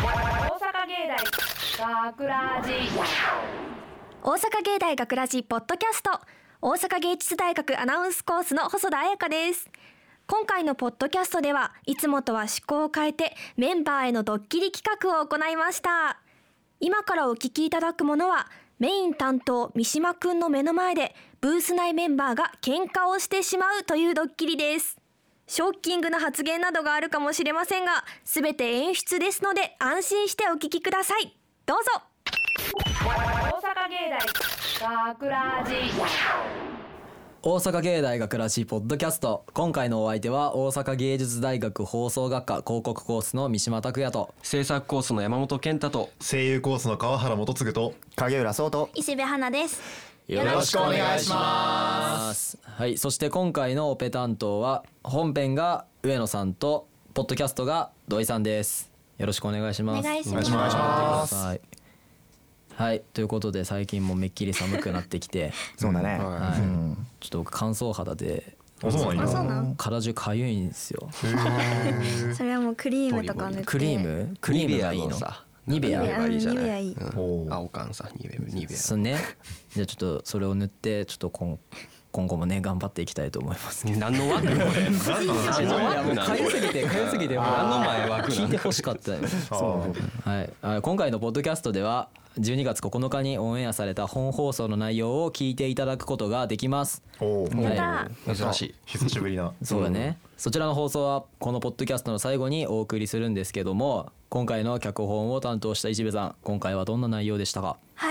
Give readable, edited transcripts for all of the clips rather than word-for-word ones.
学ラジ大阪芸大学ラジポッドキャスト、大阪芸術大学アナウンスコースの細田彩香です。今回のポッドキャストではいつもとは趣向を変えてメンバーへのドッキリ企画を行いました。今からお聞きいただくものは、メイン担当三島くんの目の前でブース内メンバーが喧嘩をしてしまうというドッキリです。ショッキングな発言などがあるかもしれませんが、すべて演出ですので安心してお聞きください。どうぞ。 大阪芸大学ラジ大阪芸大学ラジポッドキャスト、今回のお相手は大阪芸術大学放送学科広告コースの三島拓也と、 制作コースの山本健太と、 声優コースの川原元次と影浦壮と石部花です。 よろしくお願いします。 はい、そして今回のオペ担当は本編が上野さんとポッドキャストが土井さんです。よろしくお願いします。 お願いしお願いします。 はい、ということで最近もめっきり寒くなってきてそうだね、 はいちょっと僕乾燥肌であ、そうなんや。 そうなん。 体中かゆいんですよ。 それはもうクリームとか塗って。 クリームがいいの。ニベアニベアいいじゃない。 ニベアいい。 青缶さ、ニベア。 そうね。じゃあちょっとそれを塗ってちょっと今後もね頑張っていきたいと思います。 何の枠これ。何の枠なの。 かゆすぎて何の前枠聞いてほしかったよ。はい。今回のポッドキャストでは12月9日にオンエアされた本放送の内容を聞いていただくことができます。 珍しい。 久しぶりな。 そうだね。そちらの放送はこのポッドキャストの最後にお送りするんですけども、今回の脚本を担当した石部さん、今回はどんな内容でしたか？ はい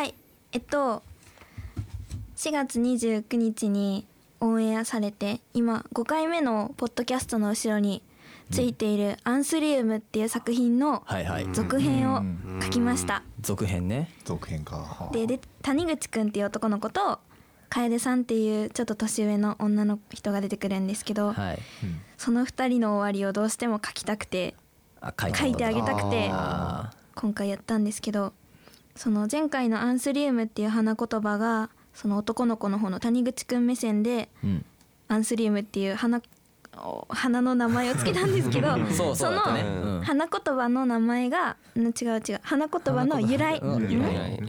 。4月29日にオンエアされて、今5回目のポッドキャストの後ろについているアンスリウムっていう作品の続編を書きました。 続編ね。 続編か。 で谷口くんっていう男の子と楓さんっていうちょっと年上の女の人が出てくるんですけど、 はい。 その2人の終わりをどうしても書きたくて、書いてあげたくて今回やったんですけど、その前回のアンスリウムっていう花言葉がその男の子の方の谷口くん目線で、アンスリウムっていう花の名前をつけたんですけどその花言葉の名前が違う花言葉の由来、花言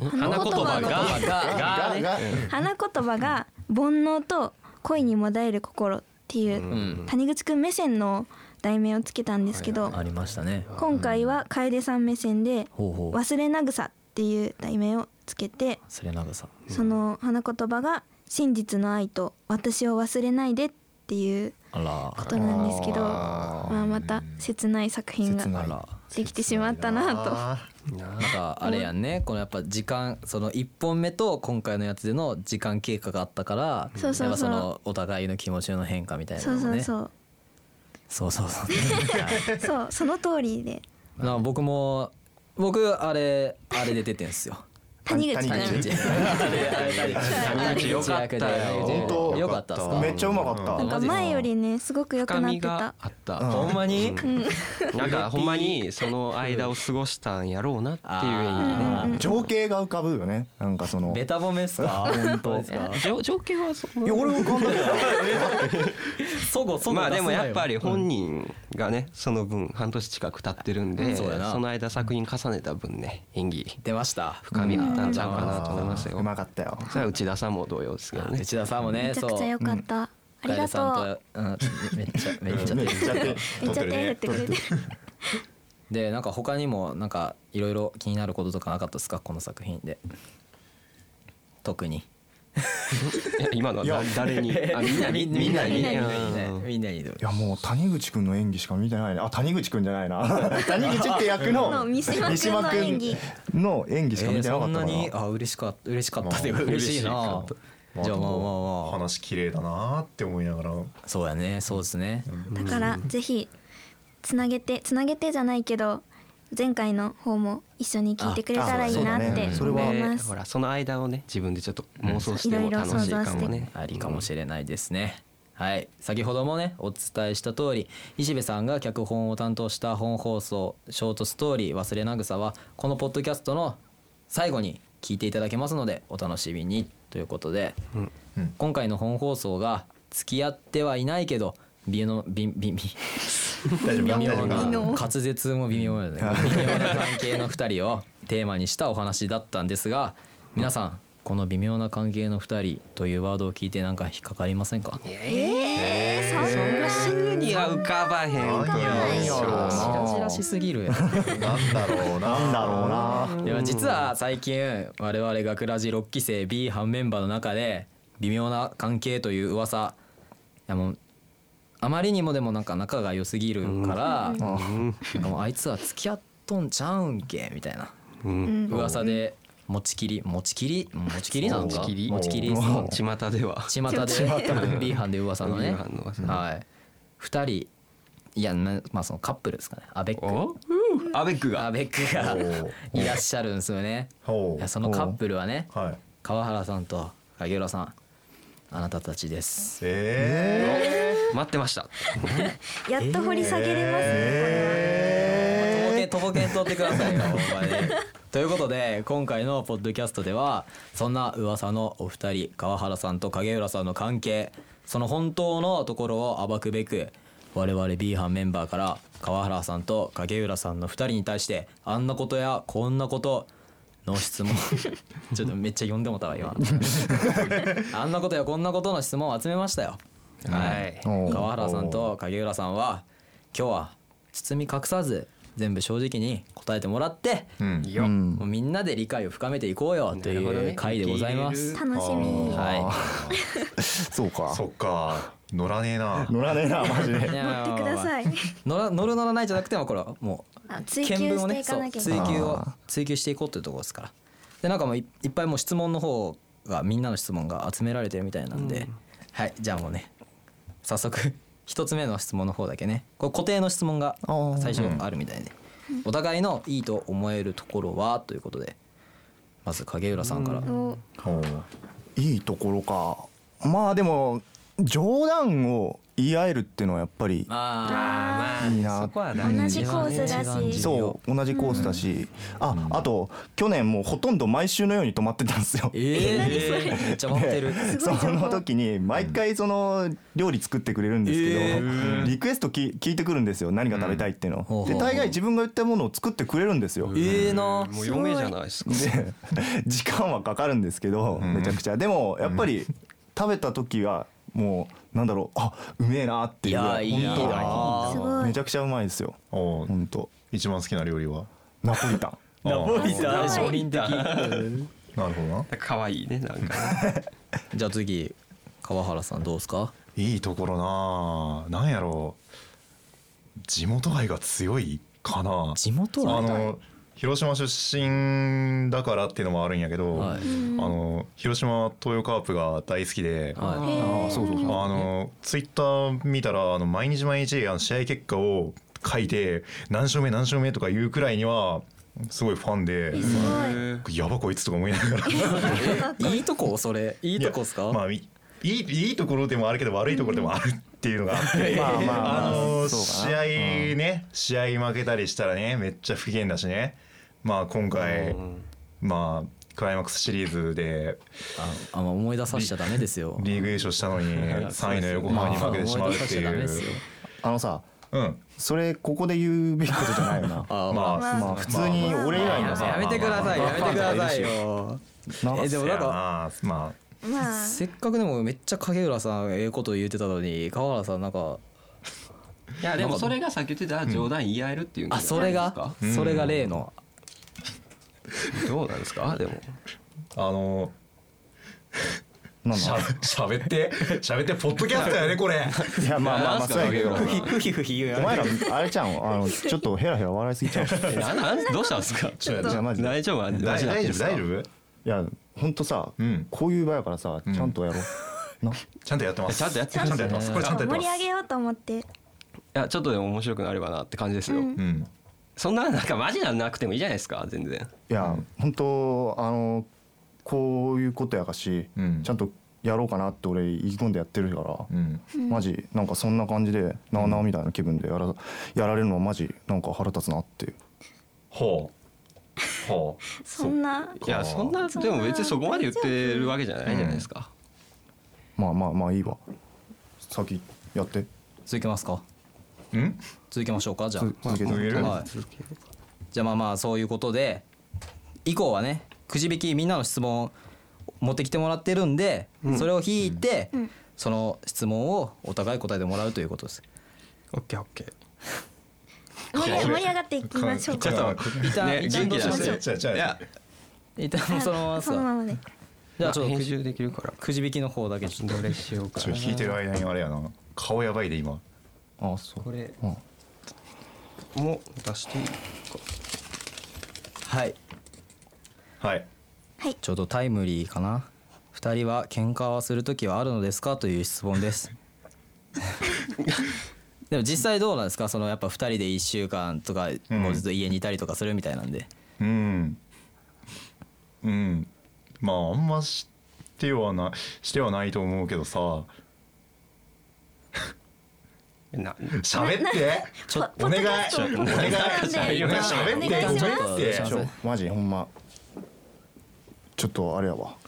葉が煩悩と恋にもだえる心っていう谷口くん目線の題名をつけたんですけど、 ありましたね。 今回は楓さん目線で忘れなぐさっていう題名をつけて、その花言葉が真実の愛と私を忘れないでっていうことなんですけど、また切ない作品ができてしまったなと。 なんかあれやんね、このやっぱ時間、その1本目と今回のやつでの時間経過があったから、やっぱそのお互いの気持ちの変化みたいなのもね。そうその通りで。 僕あれで出てんすよ。 谷口くん。 よかったよ。 本当よかったっすか？ めっちゃうまかった。 なんか前よりねすごく良くなってた。 深みがあった。 ほんまに？ なんかほんまにその間を過ごしたんやろうなっていう演技ね。 情景が浮かぶよね。なんかそのベタ褒めっすか？本当ですか？ 情景はそいや俺も浮かんだまあでもやっぱり本人がねその分半年近く経ってるんで、その間作品重ねた分ね演技出ました。 深みあったんちゃうかなと思いますよ。 うまかったよ。 それは内田さんも同様ですけどね。 内田さんもね、 めちゃくちゃ良かった。ありがとう。 めっちゃ手振ってくれて。 でなんか他にもなんかいろいろ気になることとかなかったですか、この作品で？特に。 今のは誰に？みんなに。 いやもう谷口くんの演技しか見てないね。谷口くんじゃないな。谷口って役の三島くんの演技しか見てなかったな。 そんなに嬉しかったって嬉しいな。じゃあまあ話綺麗だなって思いながら。 そうやね、そうですね。 だからぜひつなげてじゃないけど前回の方も一緒に聞いてくれたらいいなって思います。 ほらその間をね自分でちょっと妄想しても楽しいかもね。 ありかもしれないですね。はい、先ほどもねお伝えした通り、石部さんが脚本を担当した本放送ショートストーリー忘れなぐさはこのポッドキャストの最後に聞いていただけますのでお楽しみにということで、今回の本放送が付き合ってはいないけど大丈夫微妙大丈夫な滑舌も微妙だね微妙な関係の2人をテーマにしたお話だったんですが、皆さんこの微妙な関係の2人というワードを聞いてなんか引っかかりませんか？ そんなすぐには浮かばへんけどチラシすぎるやんなんだろうな。 なんだろうな。 いや実は最近我々学ラジ6期生 B 班メンバーの中で微妙な関係という噂、いやもうあまりにもでもなんか仲が良すぎるから、なんかもうあいつは付き合っとんちゃうんけみたいな噂で持ちきりなんか持ちきり巷では巷で B 班で噂のね、はい2人いやまあそのカップルですかね、アベックアベックがいらっしゃるんですよね。いやそのカップルはね、 はい。 川原さんと影浦さん、あなたたちです。 待ってました。 やっと掘り下げれますね、 とぼけんとってくださいよほんまにということで今回のポッドキャストではそんな噂のお二人川原さんと影浦さんの関係、その本当のところを暴くべく我々 B 班メンバーから川原さんと影浦さんの2人に対してあんなことやこんなことの質問ちょっとめっちゃ読んでもたわ今あんなことやこんなことの質問を集めましたよ。はい、川原さんと影浦さんは今日は包み隠さず全部正直に答えてもらって、もうみんなで理解を深めていこうよという回でございます。 楽しみ。 そうか。 そっか。乗らねえな。 乗らねえなマジで。 乗ってください。 乗る乗らないじゃなくてもこれはもう追求していかなきゃいけない。 追求していこうというところですから。でなんかもういっぱいもう質問の方がみんなの質問が集められてるみたいなんで、はいじゃあもうね早速一つ目の質問の方だけね、これ固定の質問が最初あるみたいで、お互いのいいと思えるところはということで、まず影浦さんから。 いいところか。まあでも冗談を言い合えるっていうのはやっぱりいいな。 そこは同じコースだし。 そう同じコースだし、あと去年もうほとんど毎週のように泊まってたんですよ。 めっちゃ待ってる。 その時に毎回その料理作ってくれるんですけど、リクエスト聞いてくるんですよ、何が食べたいっていうの。で大概自分が言ったものを作ってくれるんですよ。 な。 もう嫁じゃないですか。 で時間はかかるんですけどめちゃくちゃ。でもやっぱり食べた時はもうなんだろう、うめえなっていうぐらい本当めちゃくちゃうまいですよ。本当。 一番好きな料理はナポリタン。 ナポリタン庶民的。 なるほどな。 可愛いねなんか。 じゃあ次川原さんどうですか？ いいところな。なんやろう。地元愛が強いかな。 地元愛。 広島出身だからっていうのもあるんやけど、広島東洋カープが大好きで、ツイッター見たら毎日試合結果を書いて何勝目とか言うくらいにはすごいファンで、やばこいつとか思いながらいいとこそれいいとこっすか？ まあいいところでもあるけど悪いところでもあるっていうのがあって試合負けたりしたらねめっちゃ不機嫌だしね。まあ今回クライマックスシリーズで思い出させちゃダメですよ。 リーグ優勝したのに3位の横浜に負けてしまうっていう。 さそれここで言うべきことじゃないよな。まあ普通に俺以外のさやめてくださいよ。でもなんかせっかくでもめっちゃ影浦さんこと言ってたのに川原さんなんかいやでもそれがさっき言ってた冗談言い合えるっていうのそれが例のどうなんですか？でも喋ってポッドキャストやねこれ。 いやまあそうやけどふひふひ言う。 お前らあれちゃんちょっとヘラヘラ笑いすぎちゃう。 どうしたんですか？大丈夫？ 大丈夫？ いやほんとさこういう場やからさちゃんとやろうな。 ちゃんとやってます。これちゃんとやってます。 盛り上げようと思って。 いやちょっとでも面白くなればなって感じですよ。そんななんかマジなんなくてもいいじゃないですか全然。 いや本当こういうことやかしちゃんとやろうかなって俺意気込んでやってるからマジなんかそんな感じでなあなあみたいな気分でやられるのはマジなんか腹立つなっていう。 そんな。 いやそんなでも別にそこまで言ってるわけじゃないじゃないですか。 まあいいわ。先やって。 続けますか？ 続けましょうかじゃあ。 続けてはい、じゃあまあそういうことで以降はねくじ引きみんなの質問持ってきてもらってるんで、それを引いて、その質問をお互い答えてもらうということです。 オッケーオッケー。 盛り上がっていきましょうか。 一旦元気出して。いや一旦そのままで。 じゃあちょっと編集できるからくじ引きの方だけちょっとどれしようかな。 引いてる間にあれやな、顔やばいで今。 あ、そう。 これも出していいか。 はいはいちょうどタイムリーかな。2人は喧嘩はする時はあるのですかという質問ですでも実際どうなんですか、そのやっぱ2人で1週間とかもうずっと家にいたりとかするみたいなんで。 まああんましてはないと思うけどさ。喋ってお願い喋ってマジほんまちょっとあれやわ、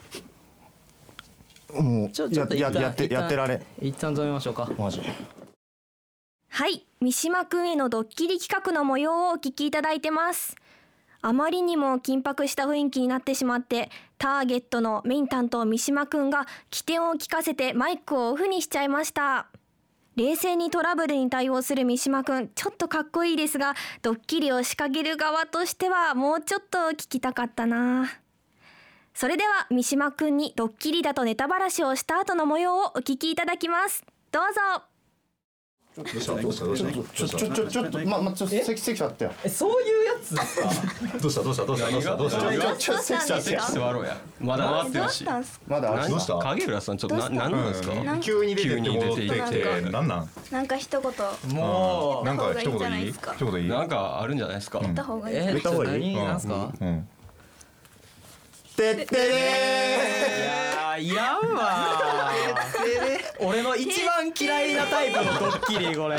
もうやってられ。 一旦止めましょうか。 マジ。 はい、三島くんへのドッキリ企画の模様をお聞きいただいてます。あまりにも緊迫した雰囲気になってしまって、ターゲットのメイン担当三島くんが機転を利かせてマイクをオフにしちゃいました。冷静にトラブルに対応する三島くん、ちょっとかっこいいですが、ドッキリを仕掛ける側としてはもうちょっと聞きたかったな。それでは三島くんにドッキリだとネタばらしをした後の模様をお聞きいただきます。どうぞ。 ちょっと席立ってよ。 そういうやつですか。 どうした席座ろうや。まだ回ってるし。 まだどうした影浦さんちょっと何なんですか。 急に出て戻ってきてなんか一言もうなんか一言いいなんかあるんじゃないですか。 言った方がいい。 言った方がいい。 なんすか。 てってれー。いやんわ俺の一番嫌いなタイプのドッキリこれ。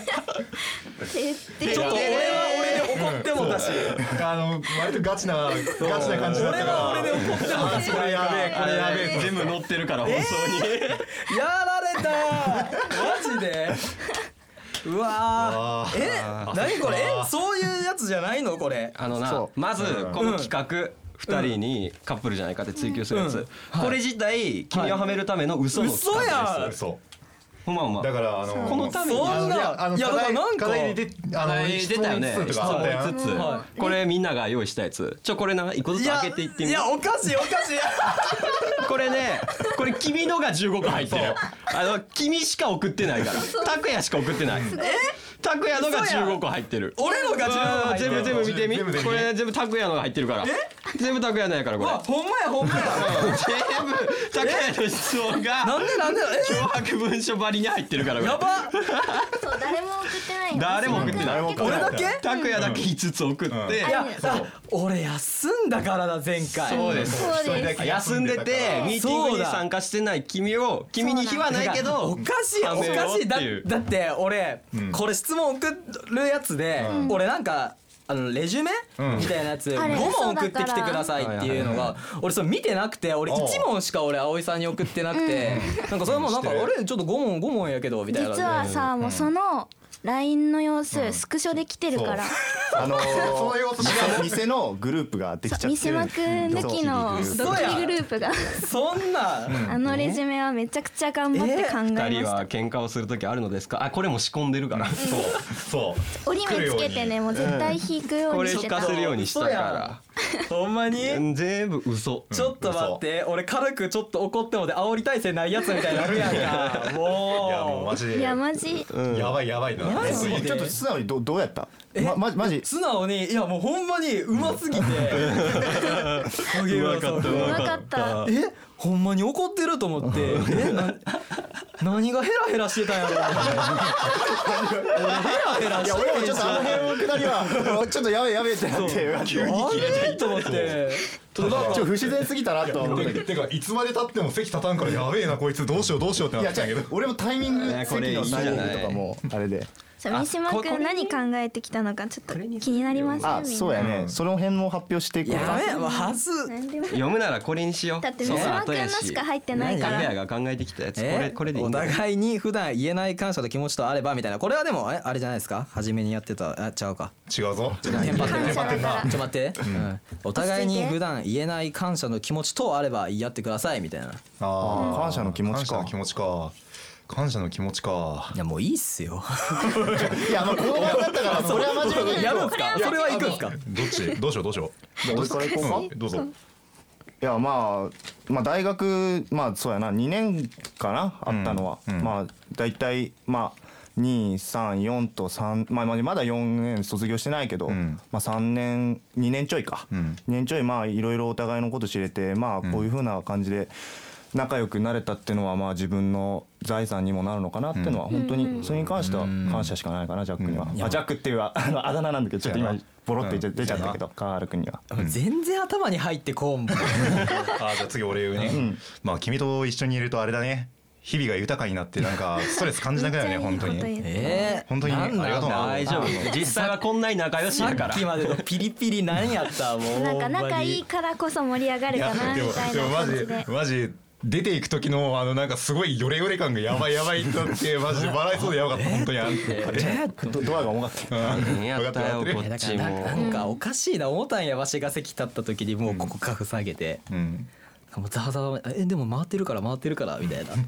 ちょっと俺は俺で怒ってもだし、 割とガチな感じだったから。 俺は俺で怒ってもだし。 これやべえ全部載ってるから放送に。 やられたマジで。うわー、何これ、そういうやつじゃないのこれ。 まずこの企画2人にカップルじゃないかって追求するやつ、これ自体君をはめるための嘘の企画です。ほんまだからこのためにそんな、いやだからなんか出たよね。質問5つ、これみんなが用意したやつ。これ1個ずつ開けていってみる。 いやおかしいこれね、これ君のが15個入ってる。君しか送ってないから。拓也しか送ってない。拓也のが15個入ってる。 俺のが15個入ってる。 全部見てみ。これ全部拓也のが入ってるから。全部拓也のやからこれ。 ほんまや。 全部拓也の質問がなんで脅迫文書ばりに入ってるからこれ。 やば。 そう誰も送ってない。 誰も送ってない。 俺だけ？ 拓也だけ5つ送って。 いや俺休んだからだ前回。 そうです。休んでてミーティングに参加してない君に非はないけどおかしいだって俺これ質問送るやつで俺なんかレジュメみたいなやつ5問送ってきてくださいっていうのが俺それ見てなくて、俺1問しか俺葵さんに送ってなくて、なんかそれもなんかあれちょっと5問やけどみたいな。 実はさもうそのLINE の様子スクショで来てるから、 偽のグループができちゃってる。 三島くん抜きのドッキリグループがそんなレジュメはめちゃくちゃ頑張って考えました。 2人は喧嘩をする時あるのですか。これも仕込んでるから。 そう折り目つけてね、もう絶対引くようこれにしてた。 引かせるようにしたから。 ほんまに全部嘘。 ちょっと待って、俺軽くちょっと怒ってもで煽り体制ないやつみたいになるやんか。もういやもうマジでいやマジやばいな。 ちょっと素直にどうやった？マジ素直にいやもうほんまにうますぎてうまかった。 ほんまに怒ってると思って何がヘラヘラしてたんやろ。俺ヘラヘラして俺もちょっと辺のくだりはちょっとやべえってなってあれと思って不自然すぎたなとは思ったけど。 てかいつまで経っても席立たんからやべえなこいつどうしようってなってたんやけど。 俺もタイミングこれ席のタイミングとかもあれで。 三島くん何考えてきたのかちょっと気になりますね。 あ、そうやね。その辺も発表していこうか。 やべえはず。 読むならこれにしよう。 だって三島くんのしか入ってないから拓也が考えてきたやつこれでいいおんだ。 互いに普段言えない感謝と気持ちとあればみたいな。これはでもあれじゃないですか。初めにやってたちゃうか。 違うぞ。 テンパってる感謝だからちょっと待って、お互いに普段言えない感謝の気持ちとあれば言い合ってくださいみたいな。 感謝の気持ちか。 感謝の気持ちか。 いやもういいっすよ。 いや、このままだったからそれは真面目にやるんすか。それは行くんすか。 どうしよう。 俺から行こうか。 どうぞ。 いや、まあ大学そうやな2年かなあったのは、まあだいたい2、3、4と3、まだ4年卒業してないけど、3年2年ちょいか、2年ちょいいろいろお互いのこと知れて、こういう風な感じで仲良くなれたっていうのは自分の財産にもなるのかなっていうのは本当にそれに関しては感謝しかないかな、ジャックには。ジャックっていうあだ名なんだけど、ちょっと今ボロって出ちゃったけど、川原君には全然頭に入ってこん。 じゃあ次俺言うね。君と一緒にいるとあれだね。日々が豊かになってなんかストレス感じなくなるね本当に。本当にありがとうな。 大丈夫。実際はこんなに仲良しやから。 さっきまでのピリピリ何やったもう。 なんか仲いいからこそ盛り上がるかなみたいな感じで。 マジ出ていく時のなんかすごいヨレヨレ感がやばいってなってマジで笑いそうでやばかった本当に。 ドアが重かった。 やったよこっちも。 なんかおかしいな思ったんや。わしが席立った時にもうここカフ下げて。もうざわざわでも回ってるからみたいな。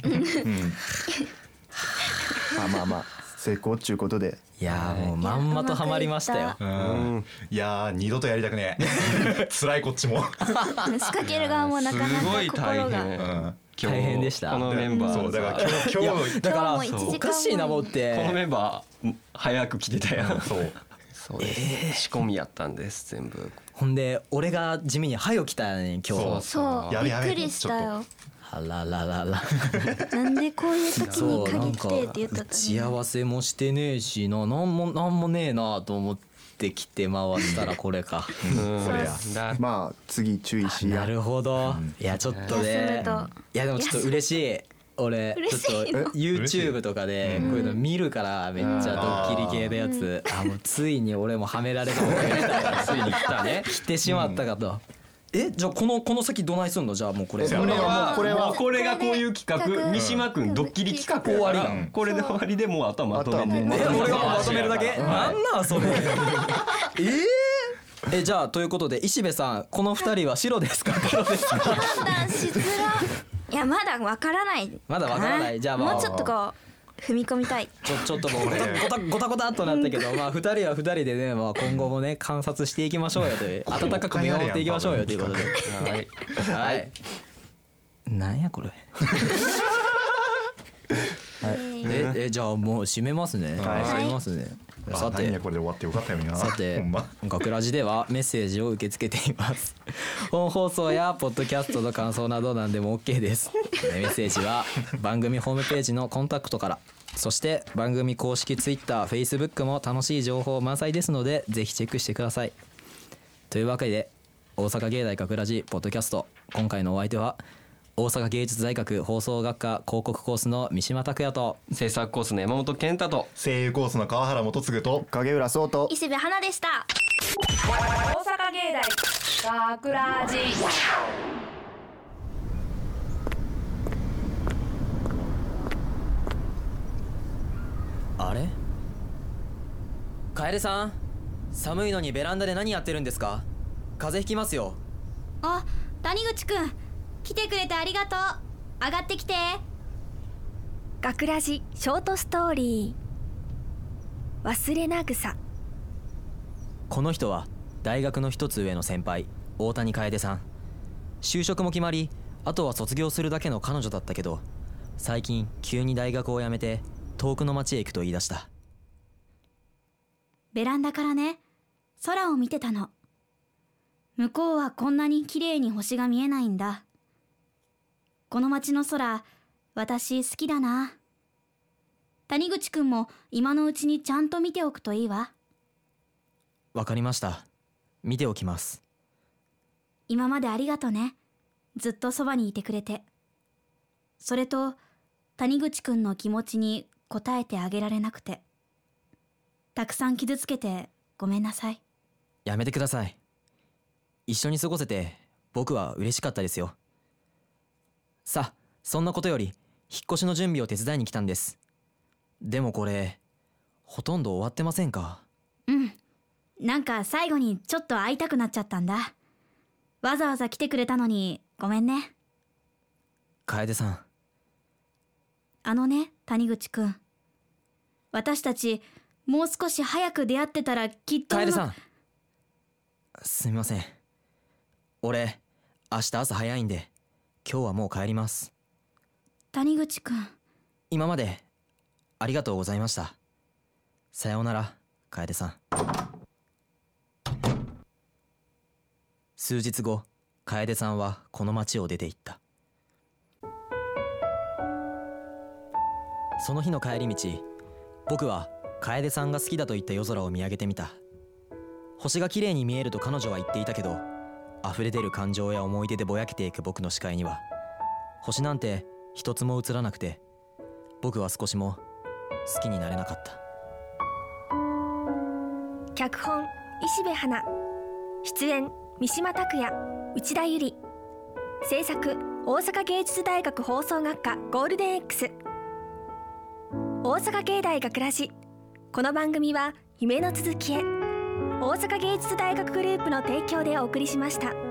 成功っちゅうことで。 いやもうまんまとハマりましたよ。 いや二度とやりたくねえ。辛いこっちも。 仕掛ける側もなかなかすごい心が。 大変でした。 このメンバー。 そうだから今日だからおかしいなもってこのメンバー早く来てたよ。そうです仕込みやったんです全部。 ほんで俺が地味に早起きたね今日。 そうびっくりしたよ。 あらららら。 なんでこういう時に限ってって言った打ち合わせもしてねえしなんもねえなと思ってきて回したらこれか。 次注意しや。 なるほど。いやちょっとね。いやでもちょっと嬉しい。俺ちょっと YouTube とかでこういうの見るからめっちゃドッキリ系のやつ。もうついに俺もはめられた。ついに来たね。来てしまったかと。じゃあこの先どないすんの。じゃあもうこれこれがこういう企画。三島くんドッキリ企画終わり。これで終わりでもうあとはまとめて。 俺がまとめるだけ。なんなんそれ。じゃあということで石部さんこの2人は白ですか黒ですか。 判断しづら。いやまだわからない。 まだわからない。じゃあもうちょっとこう踏み込みたい。 ちょっともうゴタゴタっとなったけど2人は2人でね今後もね観察していきましょうよという温かく見守っていきましょうよということで。はい。なんやこれ。じゃあもう締めますね。締めますね。さてこれで終わってよかったよな。 さて学ラジではメッセージを受け付けています。本放送やポッドキャストの感想など何でも OK です。メッセージは番組ホームページのコンタクトから、そして番組公式 Twitter、Facebook も楽しい情報満載ですのでぜひチェックしてください。というわけで大阪芸大学ラジポッドキャスト、今回のお相手は大阪芸術大学放送学科広告コースの三島拓也と制作コースの山本健太と声優コースの川原元次と影浦壮と石部花でした。 大阪芸大学ラジ。 あれ楓さん、寒いのにベランダで何やってるんですか。風邪ひきますよ。 あ、谷口くん来てくれてありがとう。上がってきて。 学ラジショートストーリー忘れなぐさ。 この人は大学の一つ上の先輩大谷楓さん。就職も決まりあとは卒業するだけの彼女だったけど、最近急に大学を辞めて遠くの町へ行くと言い出した。 ベランダからね、空を見てたの。向こうはこんなに綺麗に星が見えないんだ。この街の空、私好きだな。谷口くんも今のうちにちゃんと見ておくといいわ。 わかりました。見ておきます。 今までありがとね。ずっとそばにいてくれて。それと谷口くんの気持ちに応えてあげられなくて、たくさん傷つけてごめんなさい。 やめてください。一緒に過ごせて僕は嬉しかったですよ。さあ、そんなことより引っ越しの準備を手伝いに来たんです。でもこれほとんど終わってませんか？ うん、なんか最後にちょっと会いたくなっちゃったんだ。わざわざ来てくれたのにごめんね。 楓さん。 あのね、谷口くん、私たちもう少し早く出会ってたらきっと。 楓さん、すみません。俺明日朝早いんで今日はもう帰ります。 谷口くん、 今までありがとうございました。さようなら、楓さん。数日後、楓さんはこの町を出て行った。その日の帰り道、僕は楓さんが好きだと言った夜空を見上げてみた。星が綺麗に見えると彼女は言っていたけど、溢れ出る感情や思い出でぼやけていく僕の視界には星なんて一つも映らなくて、僕は少しも好きになれなかった。 脚本石部花、出演三島拓也、内田由里、制作大阪芸術大学放送学科ゴールデン X。 大阪芸大学ラジ。この番組は夢の続きへ、大阪芸術大学グループの提供でお送りしました。